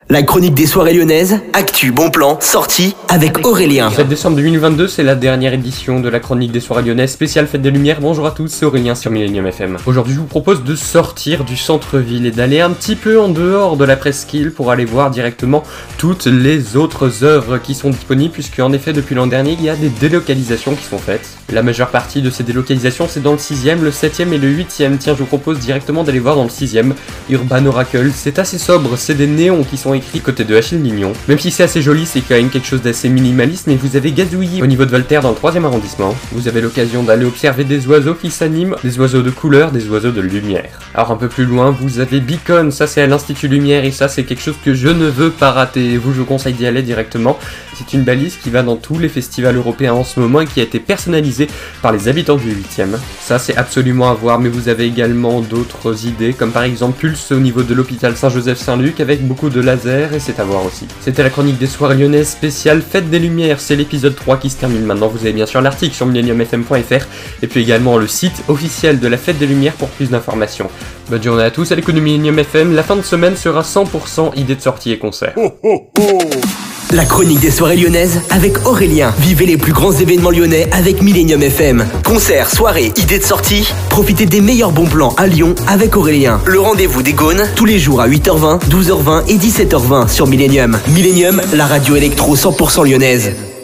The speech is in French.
La chronique des soirées lyonnaises, actu, bon plan, sortie avec Aurélien. 7 décembre 2022, c'est la dernière édition de la chronique des soirées lyonnaises, spéciale Fête des Lumières. Bonjour à tous, c'est Aurélien sur Millennium FM. Aujourd'hui, je vous propose de sortir du centre-ville et d'aller un petit peu en dehors de la presqu'île pour aller voir directement toutes les autres œuvres qui sont disponibles, puisque en effet, depuis l'an dernier, il y a des délocalisations qui sont faites. La majeure partie de ces délocalisations, c'est dans le 6e, le 7e et le 8e. Tiens, je vous propose directement d'aller voir dans le 6e, Urban Oracle. C'est assez sobre, c'est des néons qui sont écrit côté de Achille Lignon. Même si c'est assez joli, c'est quand même quelque chose d'assez minimaliste, mais vous avez gazouillé au niveau de Voltaire dans le 3e arrondissement. Vous avez l'occasion d'aller observer des oiseaux qui s'animent, des oiseaux de couleur, des oiseaux de lumière. Alors un peu plus loin, vous avez Beacon, ça c'est à l'Institut Lumière, et ça c'est quelque chose que je ne veux pas rater. Vous, je vous conseille d'y aller directement. C'est une balise qui va dans tous les festivals européens en ce moment et qui a été personnalisée par les habitants du 8e. Ça c'est absolument à voir, mais vous avez également d'autres idées, comme par exemple Pulse au niveau de l'hôpital Saint-Joseph-Saint-Luc avec beaucoup de lasers, et c'est à voir aussi. C'était la chronique des soirées lyonnaises spéciale Fête des Lumières, c'est l'épisode 3 qui se termine maintenant. Vous avez bien sûr l'article sur millenniumfm.fr et puis également le site officiel de la Fête des Lumières pour plus d'informations. Bonne journée à tous à l'écoute de Millennium FM, la fin de semaine sera 100% idées de sortie et concerts. La chronique des soirées lyonnaises avec Aurélien. Vivez les plus grands événements lyonnais avec Millennium FM. Concerts, soirées, idées de sortie. Profitez des meilleurs bons plans à Lyon avec Aurélien. Le rendez-vous des Gaunes, tous les jours à 8h20, 12h20 et 17h20 sur Millennium. Millennium, la radio électro 100% lyonnaise.